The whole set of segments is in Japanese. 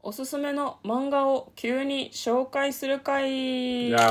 おすすめの漫画を急に紹介する回。 いや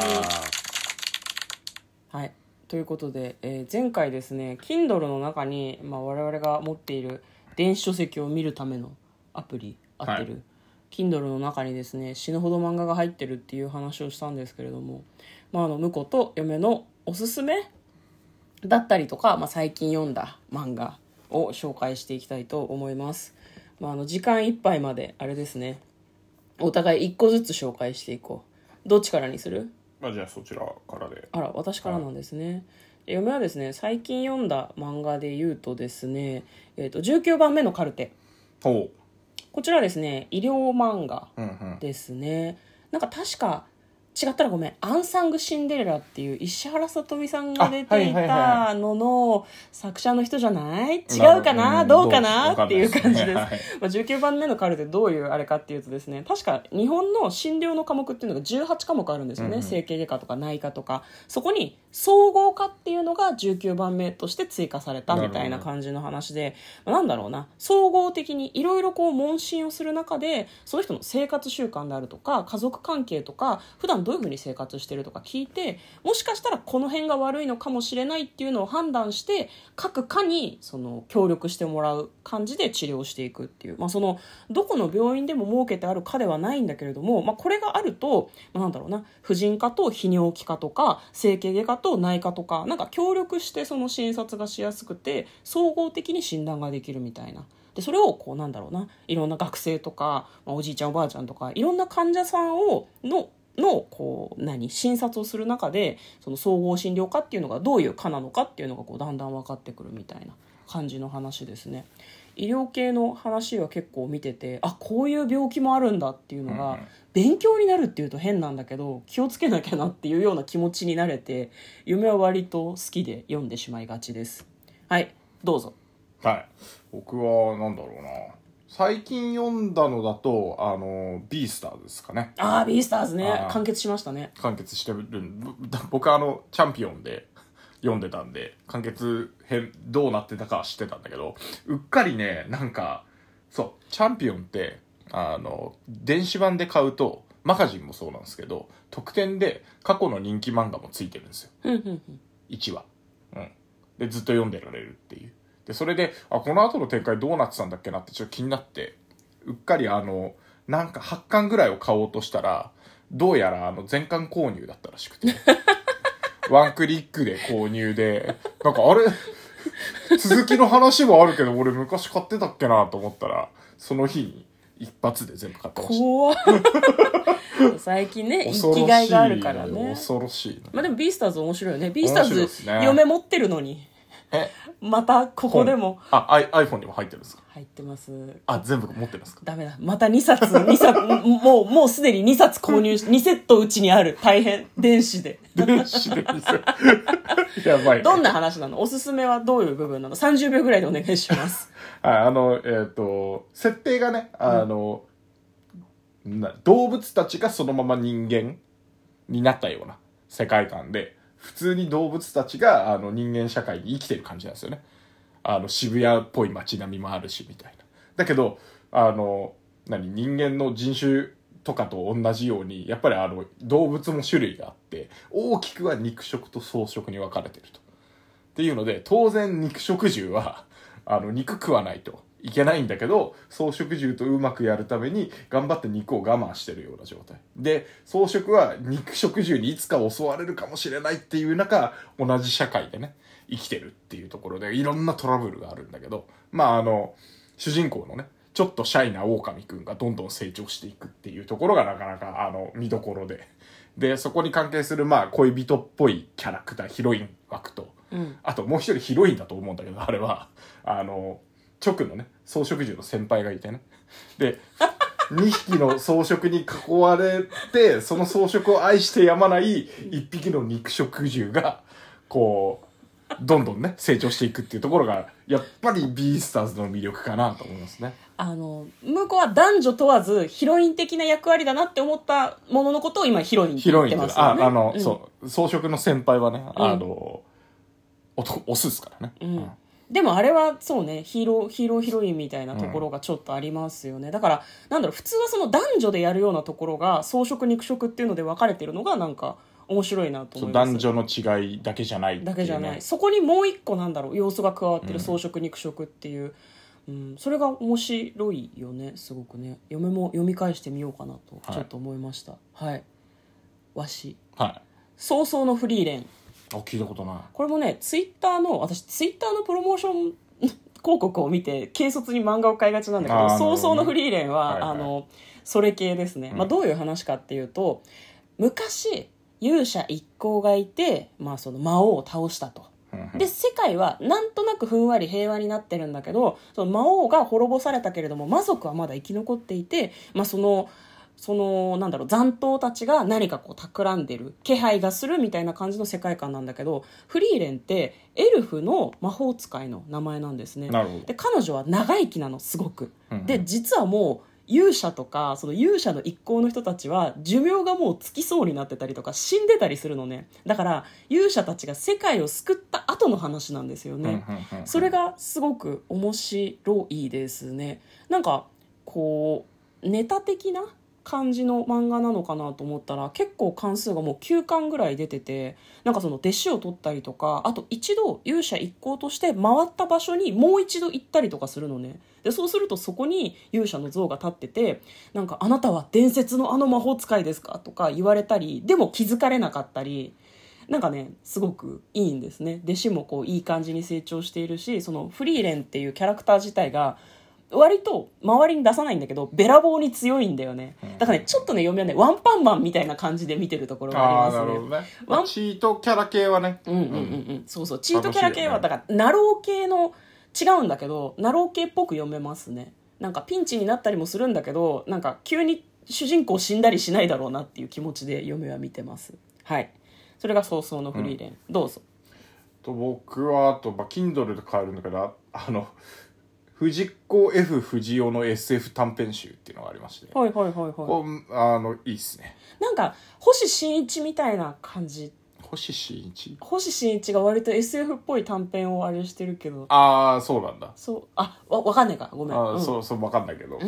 はい、ということで、前回ですね Kindle の中に、我々が持っている電子書籍を見るためのアプリ合ってる、はい、Kindle の中にですね死ぬほど漫画が入ってるっていう話をしたんですけれども、婿と嫁のおすすめだったりとか、最近読んだ漫画を紹介していきたいと思います。時間いっぱいまであれですね、お互い一個ずつ紹介していこう。どっちからにする？ じゃあそちらからで。 あら、私からなんですね。嫁はですね、最近読んだ漫画で言うとですね、19番目のカルテ。こちらはですね、医療漫画ですね。なんか確か違ったらごめん、アンサングシンデレラっていう石原さとみさんが出ていたのの作者の人じゃない？違うかな？どうかなっていう感じです。19番目のカルテどういうあれかっていうとですね、確か日本の診療の科目っていうのが18科目あるんですよね。整形外科とか内科とか、そこに総合科っていうのが19番目として追加されたみたいな感じの話で、なんだろうな、総合的にいろいろ問診をする中で、その人の生活習慣であるとか家族関係とか普段どういうふうに生活してるとか聞いて、もしかしたらこの辺が悪いのかもしれないっていうのを判断して各科に協力してもらう感じで治療していくっていう、どこの病院でも設けてある科ではないんだけれども、これがあると、なんだろうな、婦人科と泌尿器科とか整形外科と内科とか、なんか協力してその診察がしやすくて総合的に診断ができるみたいな。でそれをなんだろうな、いろんな学生とか、おじいちゃんおばあちゃんとかいろんな患者さんをの診察をする中で、その総合診療科っていうのがどういう科なのかっていうのがだんだん分かってくるみたいな感じの話ですね。医療系の話は結構見てて、こういう病気もあるんだっていうのが勉強になるっていうと変なんだけど、気をつけなきゃなっていうような気持ちになれて、夢は割と好きで読んでしまいがちです。はい、どうぞ。 はい、僕はなんだろうな、最近読んだのだとビースターズですかね。 ビースターズね、完結しましたね。 完結してる。僕はチャンピオンで読んでたんで完結編どうなってたかは知ってたんだけど、うっかりね、チャンピオンって電子版で買うと、マガジンもそうなんですけど、特典で過去の人気漫画もついてるんですよ。1話、でずっと読んでられるっていう。でそれでこの後の展開どうなってたんだっけなってちょっと気になって、うっかりなんか8巻ぐらいを買おうとしたら、どうやら全巻購入だったらしくてワンクリックで購入で、なんかあれ続きの話もあるけど俺昔買ってたっけなと思ったら、その日に一発で全部買ってました。 怖っ最近ね、生きがいがあるからね。 恐ろしい、 でもビースターズ面白いよね。ビースターズ、嫁持ってるのにまたここでも iPhone にも入ってるんですか？ 入ってます。 全部持ってるんですか？ ダメだ、また2冊もうすでに2冊購入し2セットうちにある。大変。電子で 2冊やばい、ね、 どんな話なの？おすすめはどういう部分なの？30秒ぐらいでお願いします設定がね、動物たちがそのまま人間になったような世界観で、普通に動物たちが人間社会に生きてる感じなんですよね。渋谷っぽい街並みもあるしみたいな。だけど人間の人種とかと同じように、やっぱり動物も種類があって、大きくは肉食と草食に分かれてると。っていうので、当然肉食獣は肉食わないといけないんだけど、草食獣とうまくやるために頑張って肉を我慢してるような状態で、草食は肉食獣にいつか襲われるかもしれないっていう中、同じ社会でね生きてるっていうところで、いろんなトラブルがあるんだけど、主人公のね、ちょっとシャイな狼くんがどんどん成長していくっていうところがなかなか見どころで、そこに関係する恋人っぽいキャラクター、ヒロイン枠と、あともう一人ヒロインだと思うんだけど、あれは直のね草食獣の先輩がいてね、で2匹の草食に囲われて、その草食を愛してやまない1匹の肉食獣がどんどんね成長していくっていうところが、やっぱりビースターズの魅力かなと思いますね。 向こうは男女問わずヒロイン的な役割だなって思ったもののことを今ヒロインって言ってますよね。 そう、草食の先輩はね、オスですからね。 でもあれはそうね、ヒーローヒロインみたいなところがちょっとありますよね。だから、なんだろう、普通はその男女でやるようなところが、装飾肉食っていうので分かれてるのがなんか面白いなと思います。 男女の違いだけじゃないっていう、ね、 だけじゃない。そこにもう一個なんだろう、要素が加わってる装飾肉食っていう、それが面白いよね、すごくね。嫁も読み返してみようかなと、ちょっと思いました。はい。わし。 はい。 早々のフリーレン。 聞いたことない。 これもね、私ツイッターのプロモーション広告を見て軽率に漫画を買いがちなんだけど、早々のフリーレンは、はいはい、それ系ですね。どういう話かっていうと、昔勇者一行がいて、その魔王を倒したと。で世界はなんとなくふんわり平和になってるんだけど、その魔王が滅ぼされたけれども魔族はまだ生き残っていて、そのなんだろう、残党たちが何かこう企んでる気配がするみたいな感じの世界観なんだけど、フリーレンってエルフの魔法使いの名前なんですね。で彼女は長生きなの、すごく。で実はもう勇者とかその勇者の一行の人たちは寿命がもう尽きそうになってたりとか死んでたりするのね。だから勇者たちが世界を救った後の話なんですよね。それがすごく面白いですね。なんかこうネタ的な感じの漫画なのかなと思ったら、結構関数がもう9巻ぐらい出てて、なんかその弟子を取ったりとか、あと一度勇者一行として回った場所にもう一度行ったりとかするのね。でそうするとそこに勇者の像が立ってて、なんかあなたは伝説のあの魔法使いですかとか言われたり、でも気づかれなかったり、なんかねすごくいいんですね。弟子もこういい感じに成長しているし、そのフリーレンっていうキャラクター自体が割と周りに出さないんだけどべらぼうに強いんだよね。だからねちょっとね読みはねワンパンマンみたいな感じで見てるところがありますね。 なるほどね。チートキャラ系はね、 そうそう、チートキャラ系はだからナロー系の違うんだけど、ナロー系っぽく読めますね。なんかピンチになったりもするんだけど、なんか急に主人公死んだりしないだろうなっていう気持ちで読みは見てます。はい、それが早々のフリーレン、どうぞ。 僕はあと、Kindle で買えるんだけど、藤子 F 不二雄の SF 短編集っていうのがありまして、 はいいいっすね。 なんか星新一みたいな感じ。星新一が割と SF っぽい短編をあれしてるけど。 そうなんだ。 わかんないかごめん。 そうわかんないけど、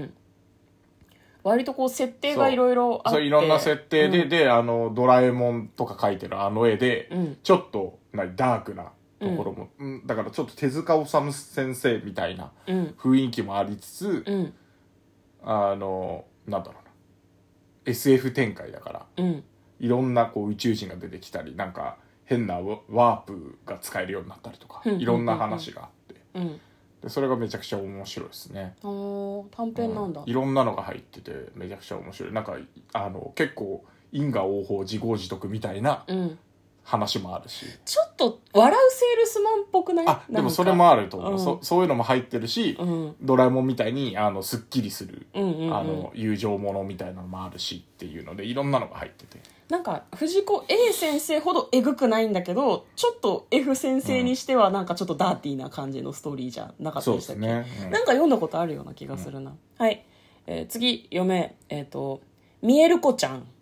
割とこう設定がいろいろあって、 いろんな設定で、ドラえもんとか描いてる絵で、ちょっとダークなところも、だからちょっと手塚治虫先生みたいな雰囲気もありつつ、なんだろうな、 SF 展開だから、いろんなこう宇宙人が出てきたり、なんか変なワープが使えるようになったりとか、いろんな話があって、でそれがめちゃくちゃ面白いですね。 短編なんだ、 いろんなのが入っててめちゃくちゃ面白い。なんか結構因果応報自業自得みたいな話もあるし、 ちょっと笑うセールスマンっぽくない？ でもそれもあると思う、そういうのも入ってるし、ドラえもんみたいにすっきりする、友情ものみたいなのもあるしっていうので、いろんなのが入ってて、 なんか藤子 A 先生ほどえぐくないんだけど、ちょっと F 先生にしてはなんかちょっとダーティーな感じのストーリーじゃなかったでしたっけ？そうですね、なんか読んだことあるような気がするな。はい、次読め。見える子ちゃん。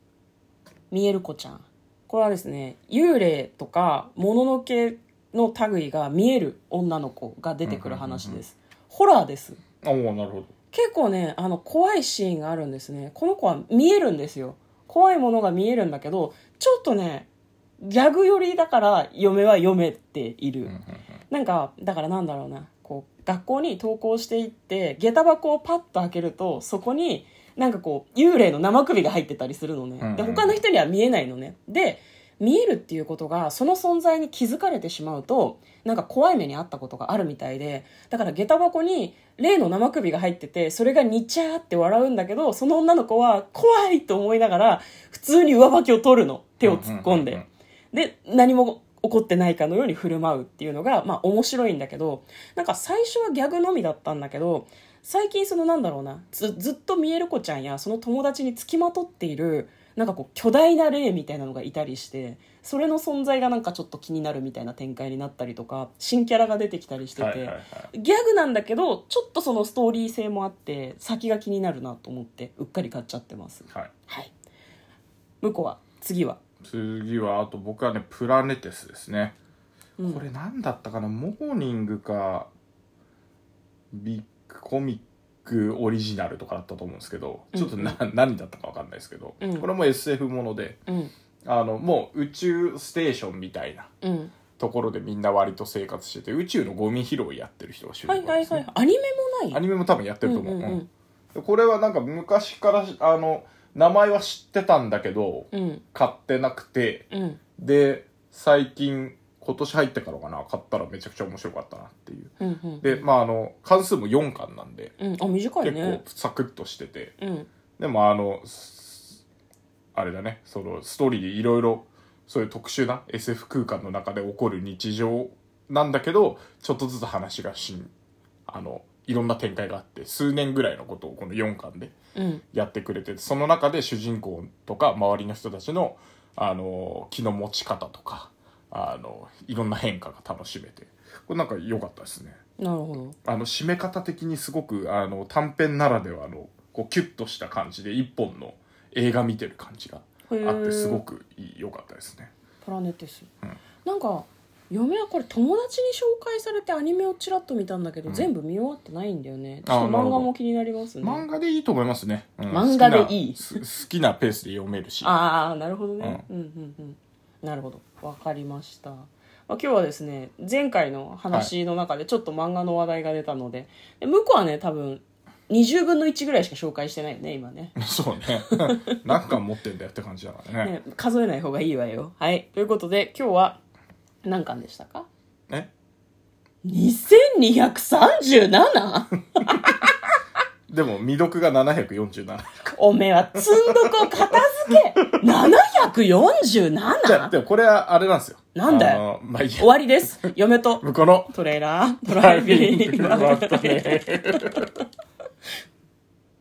これはですね、幽霊とかもののけの類が見える女の子が出てくる話です。ホラーです。 なるほど。 結構ね怖いシーンがあるんですね。この子は見えるんですよ。怖いものが見えるんだけど、ちょっとねギャグ寄りだから嫁は読めている。なんかだからなんだろうな、こう学校に登校していって下駄箱をパッと開けると、そこになんかこう幽霊の生首が入ってたりするのね。で他の人には見えないのね。で見えるっていうことが、その存在に気づかれてしまうとなんか怖い目に遭ったことがあるみたいで、だから下駄箱に例の生首が入ってて、それがニチャーって笑うんだけど、その女の子は怖いと思いながら普通に上履きを取るの、手を突っ込んで、で何も起こってないかのように振る舞うっていうのが面白いんだけど、なんか最初はギャグのみだったんだけど、最近そのなんだろうな、ずっと見える子ちゃんやその友達につきまとっているなんかこう巨大な霊みたいなのがいたりして、それの存在がなんかちょっと気になるみたいな展開になったりとか、新キャラが出てきたりしてて、ギャグなんだけどちょっとそのストーリー性もあって先が気になるなと思ってうっかり買っちゃってます。はい、向こうは次はあと僕はねプラネテスですね。 これ何だったかな、モーニングかビッグコミックオリジナルとかだったと思うんですけど、ちょっと何だったか分かんないですけど、これも SF もので、もう宇宙ステーションみたいなところでみんな割と生活してて、宇宙のゴミ拾いやってる人が主人公ですね。 アニメもない？ アニメも多分やってると思う。これはなんか昔から名前は知ってたんだけど、買ってなくて、で最近今年入ってからかな、買ったらめちゃくちゃ面白かったなっていう、で関数も4巻なんで、 短いね、 結構サクッとしてて、でもあれだね、そのストーリーでいろいろそういう特殊な SF 空間の中で起こる日常なんだけど、ちょっとずつ話がいろんな展開があって、数年ぐらいのことをこの4巻でやってくれて、その中で主人公とか周りの人たちの気の持ち方とかいろんな変化が楽しめて、これなんか良かったですね。 なるほど。 締め方的にすごく短編ならではのこうキュッとした感じで一本の映画見てる感じがあって、すごく良かったですね。 プラネテス、なんか嫁はこれ友達に紹介されてアニメをちらっと見たんだけど、全部見終わってないんだよね。ちょっと漫画も気になりますね。 漫画でいいと思いますね、 漫画でいい好きなペースで読めるし。 なるほどね、なるほど、わかりました。今日はですね、前回の話の中でちょっと漫画の話題が出たので、向こうはね多分20分の1ぐらいしか紹介してないよね今ね。 そうね何巻持ってんだよって感じだからね。 数えない方がいいわよ。はい、ということで今日は何巻でしたか？2237? でも未読が747。 おめえは積んどこ片付け747? でもこれはあれなんですよ。 なんだよ、終わりです。嫁と向こうのトレーラードライビング。